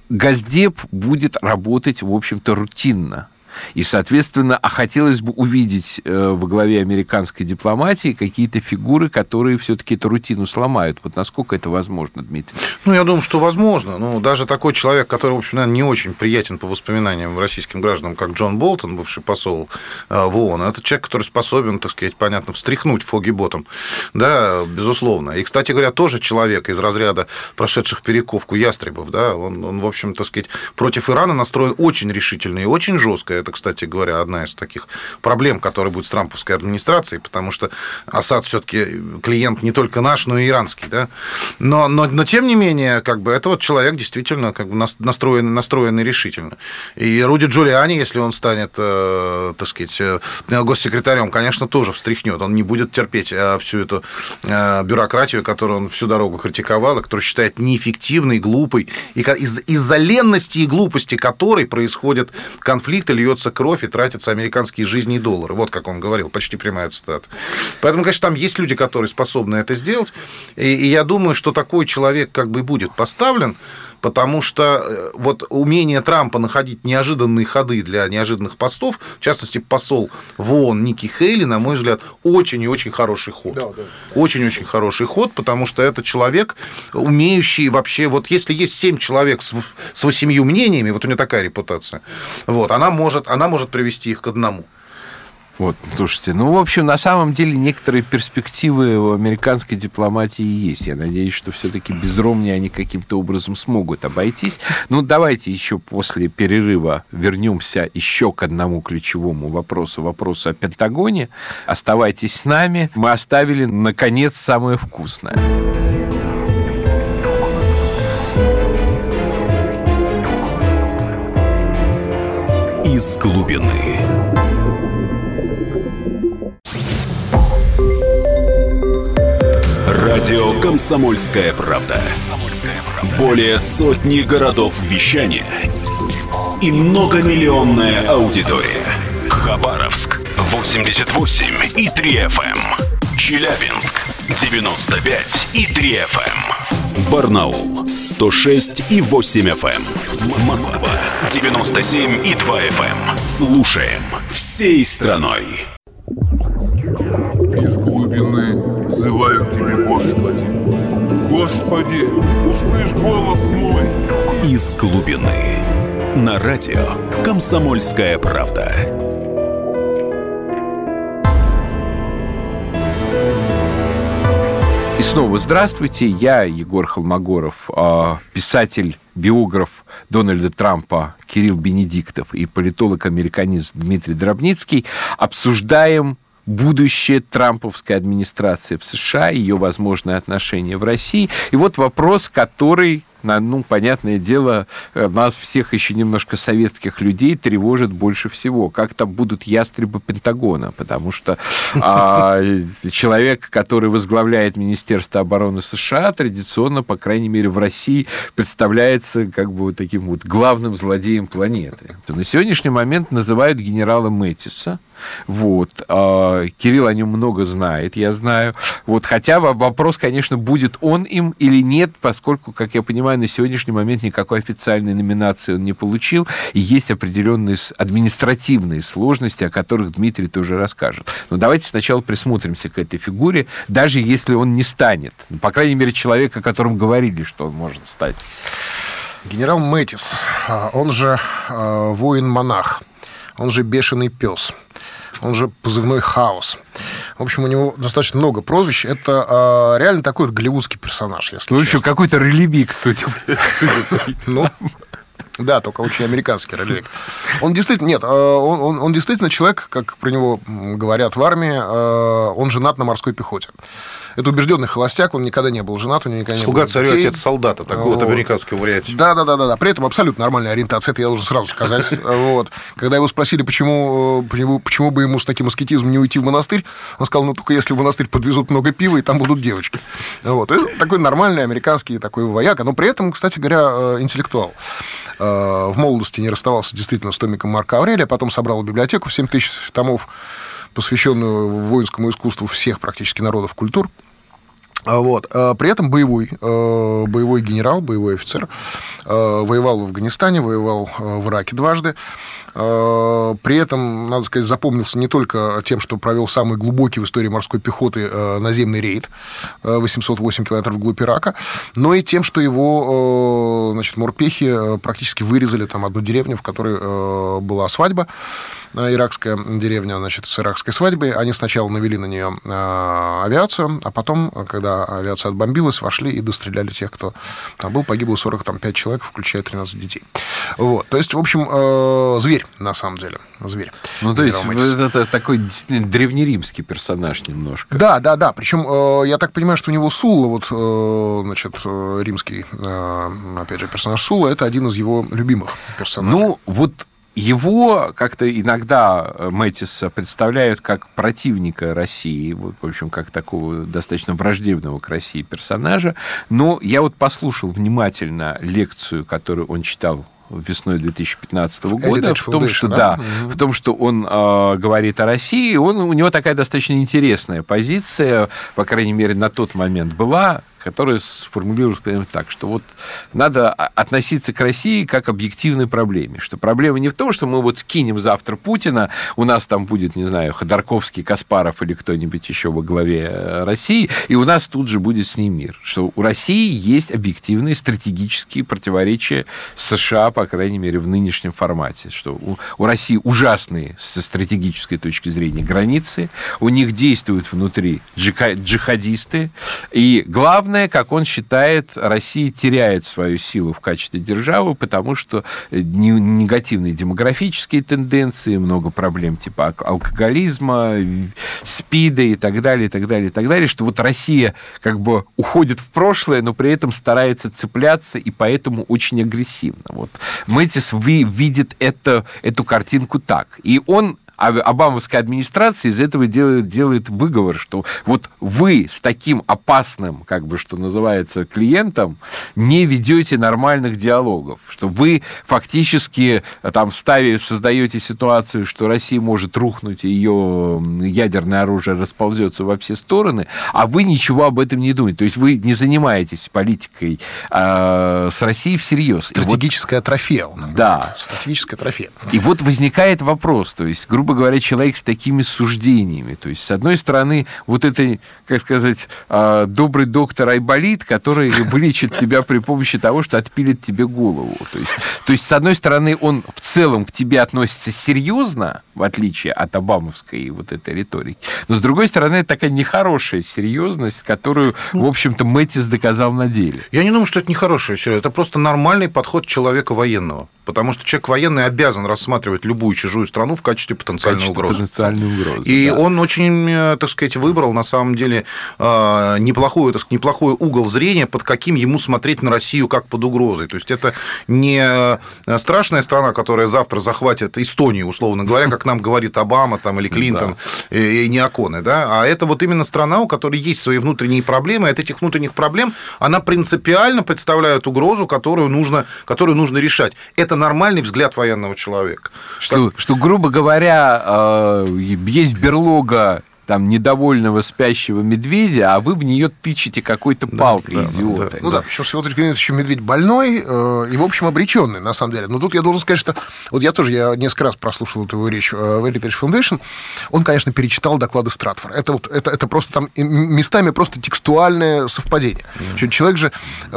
C: Госдеп будет работать, в общем-то, рутинно. И, соответственно, а хотелось бы увидеть э, во главе американской дипломатии какие-то фигуры, которые все-таки эту рутину сломают. Вот насколько это возможно, Дмитрий?
D: Ну, я думаю, что возможно. Ну, даже такой человек, который, в общем, наверное, не очень приятен по воспоминаниям российским гражданам, как Джон Болтон, бывший посол э, в ООН, это человек, который способен, так сказать, понятно, встряхнуть фоги-ботом. Да, безусловно. И, кстати говоря, тоже человек из разряда прошедших перековку ястребов. Да, он, он в общем, так сказать, против Ирана настроен очень решительно и очень жестко. Это, кстати говоря, одна из таких проблем, которая будет с трамповской администрацией, потому что Асад все-таки клиент не только наш, но и иранский. Да? Но, но, но, тем не менее, как бы, это вот человек действительно как бы настроенный, настроенный решительно. И Руди Джулиани, если он станет, э, так сказать, госсекретарем, конечно, тоже встряхнет. Он не будет терпеть всю эту э, бюрократию, которую он всю дорогу критиковал, и которую считает неэффективной, глупой, и из- из-за ленности и глупости которой происходит конфликт, льется кровь и тратятся американские жизни и доллары. Вот как он говорил, почти прямая цитата. Поэтому, конечно, там есть люди, которые способны это сделать. И, и я думаю, что такой человек как бы будет поставлен, потому что вот умение Трампа находить неожиданные ходы для неожиданных постов, в частности, посол в ООН Ники Хейли, на мой взгляд, очень и очень хороший ход. Да, да. Очень-очень хороший ход, потому что это человек, умеющий вообще... Вот если есть семь человек с, с восемью мнениями, вот у него такая репутация, вот, она может, она может привести их к одному.
C: Вот, слушайте, ну, в общем, на самом деле некоторые перспективы в американской дипломатии есть. Я надеюсь, что все-таки без Ромни они каким-то образом смогут обойтись. Ну, давайте еще после перерыва вернемся еще к одному ключевому вопросу, вопросу о Пентагоне. Оставайтесь с нами. Мы оставили, наконец, самое вкусное.
B: Из глубины. Радио «Комсомольская правда». Более сотни городов вещания и многомиллионная аудитория. Хабаровск восемьдесят восемь и три эф эм, Челябинск девяносто пять и три эф эм, Барнаул сто шесть и восемь эф эм, Москва девяносто семь и два эф эм. Слушаем всей страной.
A: Из глубины взываю к Тебе, Господи. Господи, услышь голос мой.
B: Из глубины. На радио «Комсомольская правда».
C: И снова здравствуйте. Я Егор Холмогоров, писатель, биограф Дональда Трампа Кирилл Бенедиктов и политолог-американист Дмитрий Дробницкий. Обсуждаем будущее трамповской администрации в США, ее возможное отношение в России. И вот вопрос, который, ну, понятное дело, нас всех еще немножко советских людей тревожит больше всего. Как там будут ястребы Пентагона? Потому что а, человек, который возглавляет Министерство обороны США, традиционно, по крайней мере, в России представляется как бы вот таким вот главным злодеем планеты. На сегодняшний момент называют генерала Мэттиса. Вот. Кирилл о нем много знает, я знаю. Вот. Хотя вопрос, конечно, будет он им или нет, поскольку, как я понимаю, на сегодняшний момент никакой официальной номинации он не получил, и есть определенные административные сложности, о которых Дмитрий тоже расскажет. Но давайте сначала присмотримся к этой фигуре, даже если он не станет. По крайней мере, человек, о котором говорили, что он может стать.
E: Генерал Мэттис, он же воин-монах, он же бешеный пес, он же позывной «Хаос». В общем, у него достаточно много прозвищ. Это э, реально такой вот голливудский персонаж, если
C: Ну,
E: честно.
C: еще какой-то релибик, судя по
E: Ну, да, только очень американский релик. Он действительно, нет, он, он, он действительно человек, как про него говорят в армии, он женат на морской пехоте. Это убежденный холостяк, он никогда не был женат, у него никогда
D: Слуга
E: не было
D: царю,
E: детей.
D: отец солдата, такой вот, вот американский вариант.
E: Да, да, да, да, да. При этом абсолютно нормальная ориентация, это я должен сразу сказать. Вот. Когда его спросили, почему, почему, почему бы ему с таким аскетизмом не уйти в монастырь, он сказал, ну, только если в монастырь подвезут много пива, и там будут девочки. Вот. Это такой нормальный американский такой вояка, но при этом, кстати говоря, интеллектуал. В молодости не расставался действительно с томиком Марка Аврелия, потом собрал библиотеку в семь тысяч томов, посвященную воинскому искусству всех практически народов, культур. Вот. При этом боевой, боевой генерал, боевой офицер, воевал в Афганистане, воевал в Ираке дважды. При этом, надо сказать, запомнился не только тем, что провел самый глубокий в истории морской пехоты наземный рейд восемьсот восемь километров вглубь Ирака, но и тем, что его, значит, морпехи практически вырезали там одну деревню, в которой была свадьба, иракская деревня, значит, с иракской свадьбой. Они сначала навели на нее авиацию, а потом, когда авиация отбомбилась, вошли и достреляли тех, кто там был. Погибло сорок пять человек, включая тринадцать детей. Вот. То есть, в общем, зверь, на самом деле. Зверь.
C: Ну, то есть, это такой древнеримский персонаж немножко.
E: Да, да, да. Причем, я так понимаю, что у него Сулла, вот, значит, римский, опять же, персонаж Сулла, это один из его любимых персонажей.
C: Ну, вот его как-то иногда Мэттиса представляют как противника России, вот, в общем, как такого достаточно враждебного к России персонажа. Но я вот послушал внимательно лекцию, которую он читал весной две тысячи пятнадцатого года, в том, что, да? Да, угу. в том, что он э, говорит о России, он, у него такая достаточно интересная позиция, по крайней мере, на тот момент была. которая сформулировалась примерно так, что вот надо относиться к России как к объективной проблеме, что проблема не в том, что мы вот скинем завтра Путина, у нас там будет, не знаю, Ходорковский, Каспаров или кто-нибудь еще во главе России, и у нас тут же будет с ним мир, что у России есть объективные стратегические противоречия с США, по крайней мере, в нынешнем формате, что у, у России ужасные со стратегической точки зрения границы, у них действуют внутри джихадисты, и главное, как он считает, Россия теряет свою силу в качестве державы, потому что негативные демографические тенденции, много проблем типа алкоголизма, СПИДа и так далее, и так далее, и так далее, что вот Россия как бы уходит в прошлое, но при этом старается цепляться, и поэтому очень агрессивно. Вот. Мэтис видит это, эту картинку так. И он, обамовская администрация, из этого делает, делает выговор, что вот вы с таким опасным, как бы, что называется, клиентом не ведете нормальных диалогов, что вы фактически там ставите, создаете ситуацию, что Россия может рухнуть, и ее ядерное оружие расползется во все стороны, а вы ничего об этом не думаете. То есть вы не занимаетесь политикой э, с Россией всерьез.
E: Стратегическая вот, трофея.
C: Да.
E: Стратегическая трофея.
C: И вот возникает вопрос, то есть, грубо грубо говоря, человек с такими суждениями. То есть, с одной стороны, вот это, как сказать, добрый доктор Айболит, который вылечит тебя при помощи того, что отпилит тебе голову. То есть, то есть, с одной стороны, он в целом к тебе относится серьезно, в отличие от обамовской вот этой риторики. Но, с другой стороны, это такая нехорошая серьезность, которую, в общем-то, Мэтис доказал на деле.
D: Я не думаю, что это нехорошая серьезность. Это просто нормальный подход человека военного. Потому что человек военный обязан рассматривать любую чужую страну в качестве потенциальной угрозы.
C: Потенциальной угрозы.
D: И
C: да.
D: он очень, так сказать, выбрал, на самом деле, неплохой, так сказать, неплохой угол зрения, под каким ему смотреть на Россию как под угрозой. То есть это не страшная страна, которая завтра захватит Эстонию, условно говоря, как нам говорит Обама там, или Клинтон, да. и не Аконе, да? А это вот именно страна, у которой есть свои внутренние проблемы, и от этих внутренних проблем она принципиально представляет угрозу, которую нужно, которую нужно решать. Это нормальный взгляд военного человека.
C: Что, как... что грубо говоря, есть берлога там недовольного спящего медведя, а вы в нее тычете какой-то палкой, да, идиоты.
E: Да, да. Ну да, причем с его точки зрения еще медведь больной э, и, в общем, обреченный, на самом деле. Но тут я должен сказать, что... Вот я тоже, я несколько раз прослушал эту его речь в Heritage Foundation. Он, конечно, перечитал доклады Стратфора. Это, вот, это, это просто там местами просто текстуальное совпадение. Mm-hmm. Человек же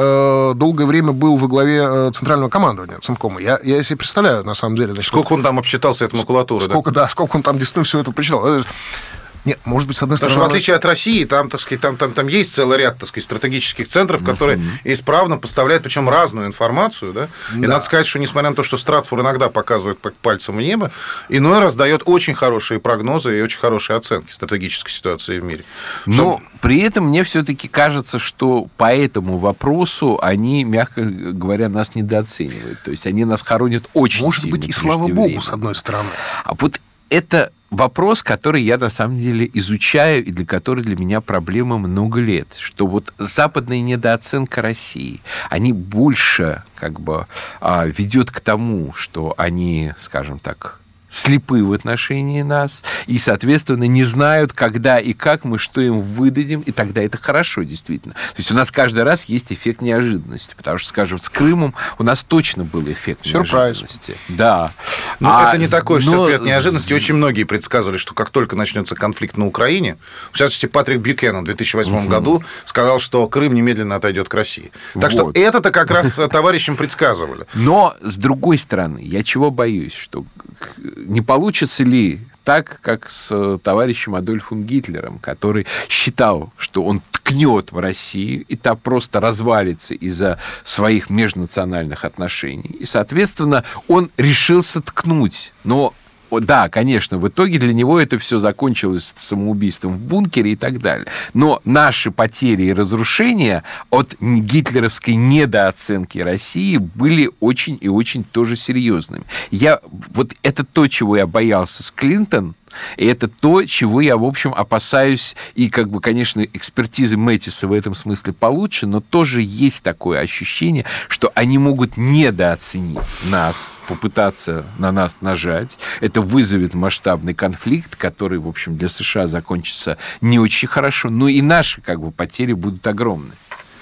E: э, долгое время был во главе центрального командования Ценкома. Я, я себе представляю, на самом деле... Значит,
D: сколько он там обчитался этой макулатуры,
E: сколько, да? да? Сколько он там действительно все это прочитал. Нет, может быть, с одной стороны...
D: Потому что, в отличие от России, там, так сказать, там, там, там есть целый ряд, так сказать, стратегических центров, которые uh-huh. исправно поставляют, причем разную информацию, да? И да. надо сказать, что, несмотря на то, что Стратфор иногда показывает пальцем в небо, иной раз дает очень хорошие прогнозы и очень хорошие оценки стратегической ситуации в мире.
C: Но что... при этом мне все-таки кажется, что по этому вопросу они, мягко говоря, нас недооценивают. То есть они нас хоронят очень
E: может
C: сильно.
E: Может быть, и слава богу, с одной стороны.
C: А вот это... вопрос, который я на самом деле изучаю и для которого для меня проблема много лет, что вот западная недооценка России, они больше как бы ведет к тому, что они, скажем так, слепы в отношении нас и, соответственно, не знают, когда и как мы что им выдадим, и тогда это хорошо, действительно. То есть у нас каждый раз есть эффект неожиданности, потому что, скажем, с Крымом у нас точно был эффект
E: Сюрприз.
C: неожиданности. Да.
D: Но
C: а,
D: это не такой
C: но...
D: эффект неожиданности. Очень многие предсказывали, что как только начнется конфликт на Украине, в частности, Патрик Бьюкенен в две тысячи восьмом uh-huh. году сказал, что Крым немедленно отойдет к России. Так вот. Что это-то как раз товарищам предсказывали.
C: Но, с другой стороны, я чего боюсь, что не получится ли так, как с товарищем Адольфом Гитлером, который считал, что он ткнет в Россию, и та просто развалится из-за своих межнациональных отношений. И, соответственно, он решился ткнуть. Но да, конечно, в итоге для него это все закончилось самоубийством в бункере и так далее. Но наши потери и разрушения от гитлеровской недооценки России были очень и очень тоже серьезными. Я, вот это то, чего я боялся с Клинтон, и это то, чего я, в общем, опасаюсь, и, как бы, конечно, экспертизы Мэтиса в этом смысле получше, но тоже есть такое ощущение, что они могут недооценить нас, попытаться на нас нажать. Это вызовет масштабный конфликт, который, в общем, для США закончится не очень хорошо, но и наши, как бы, потери будут огромны.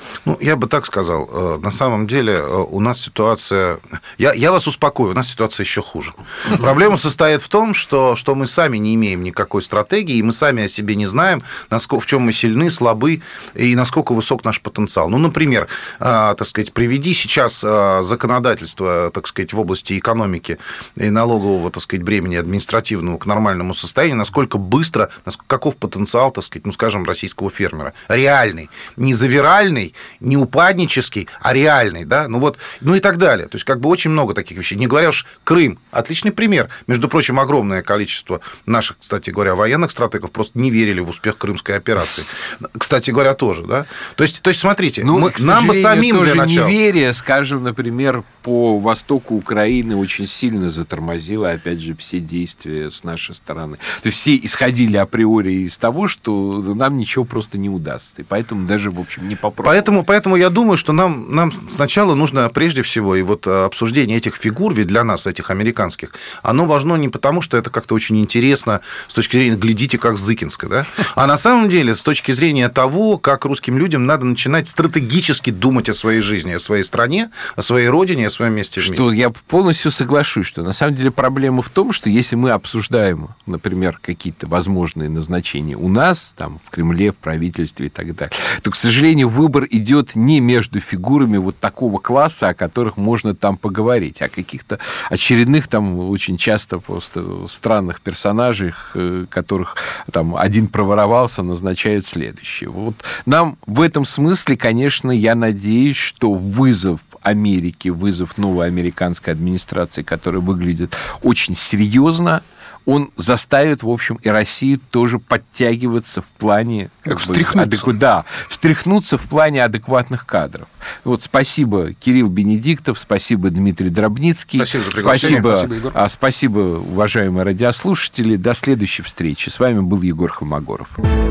D: Ну, я бы так сказал. На самом деле у нас ситуация... Я, я вас успокою, у нас ситуация еще хуже. Проблема состоит в том, что, что мы сами не имеем никакой стратегии, и мы сами о себе не знаем, насколько, в чем мы сильны, слабы, и насколько высок наш потенциал. Ну, например, так сказать, приведи сейчас законодательство, так сказать, в области экономики и налогового, так сказать, бремени административного к нормальному состоянию, насколько быстро, каков потенциал, так сказать, ну, скажем, российского фермера. Реальный. Не завиральный, не упаднический, а реальный, да, ну вот, ну и так далее. То есть, как бы очень много таких вещей. Не говоря уж, Крым, отличный пример. Между прочим, огромное количество наших, кстати говоря, военных стратегов просто не верили в успех крымской операции. Кстати говоря, тоже, да. То есть, то есть смотрите,
C: ну,
D: мы, нам бы самим
C: тоже
D: для начала...
C: неверие, скажем, например, по востоку Украины очень сильно затормозило, опять же, все действия с нашей стороны. То есть, все исходили априори из того, что нам ничего просто не удастся. И поэтому даже, в общем, не попробовали.
D: Поэтому, поэтому я думаю, что нам, нам сначала нужно, прежде всего, и вот обсуждение этих фигур, ведь для нас, этих американских, оно важно не потому, что это как-то очень интересно с точки зрения «глядите, как Зыкинска», да? А на самом деле с точки зрения того, как русским людям надо начинать стратегически думать о своей жизни, о своей стране, о своей родине, о своем месте в мире.
C: Что я полностью соглашусь, что на самом деле проблема в том, что если мы обсуждаем, например, какие-то возможные назначения у нас, там, в Кремле, в правительстве и так далее, то, к сожалению, выбор идет не между фигурами вот такого класса, о которых можно там поговорить, а каких-то очередных там очень часто просто странных персонажей, которых там один проворовался, назначают следующие. Вот нам в этом смысле, конечно, я надеюсь, что вызов Америки, вызов новой американской администрации, которая выглядит очень серьезно, он заставит, в общем, и Россию тоже подтягиваться в плане...
E: Как встряхнуться.
C: Адеку... Да, встряхнуться в плане адекватных кадров. Вот спасибо, Кирилл Бенедиктов, спасибо, Дмитрий Дробницкий.
D: Спасибо за приглашение.
C: Спасибо,
E: спасибо, Егор.
C: спасибо, уважаемые радиослушатели. До следующей встречи. С вами был Егор Холмогоров.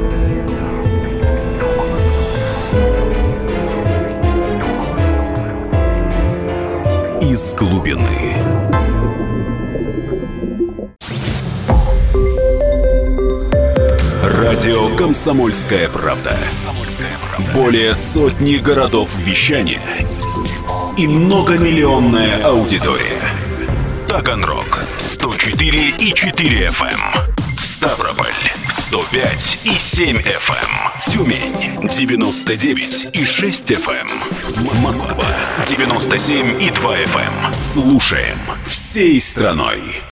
B: Из глубины. Радио «Комсомольская правда». Более сотни городов вещания и многомиллионная аудитория. Таганрог сто четыре и четыре эф эм, Ставрополь сто пять и семь эф эм, Тюмень девяносто девять и шесть эф эм, Москва девяносто семь и два эф эм. Слушаем всей страной.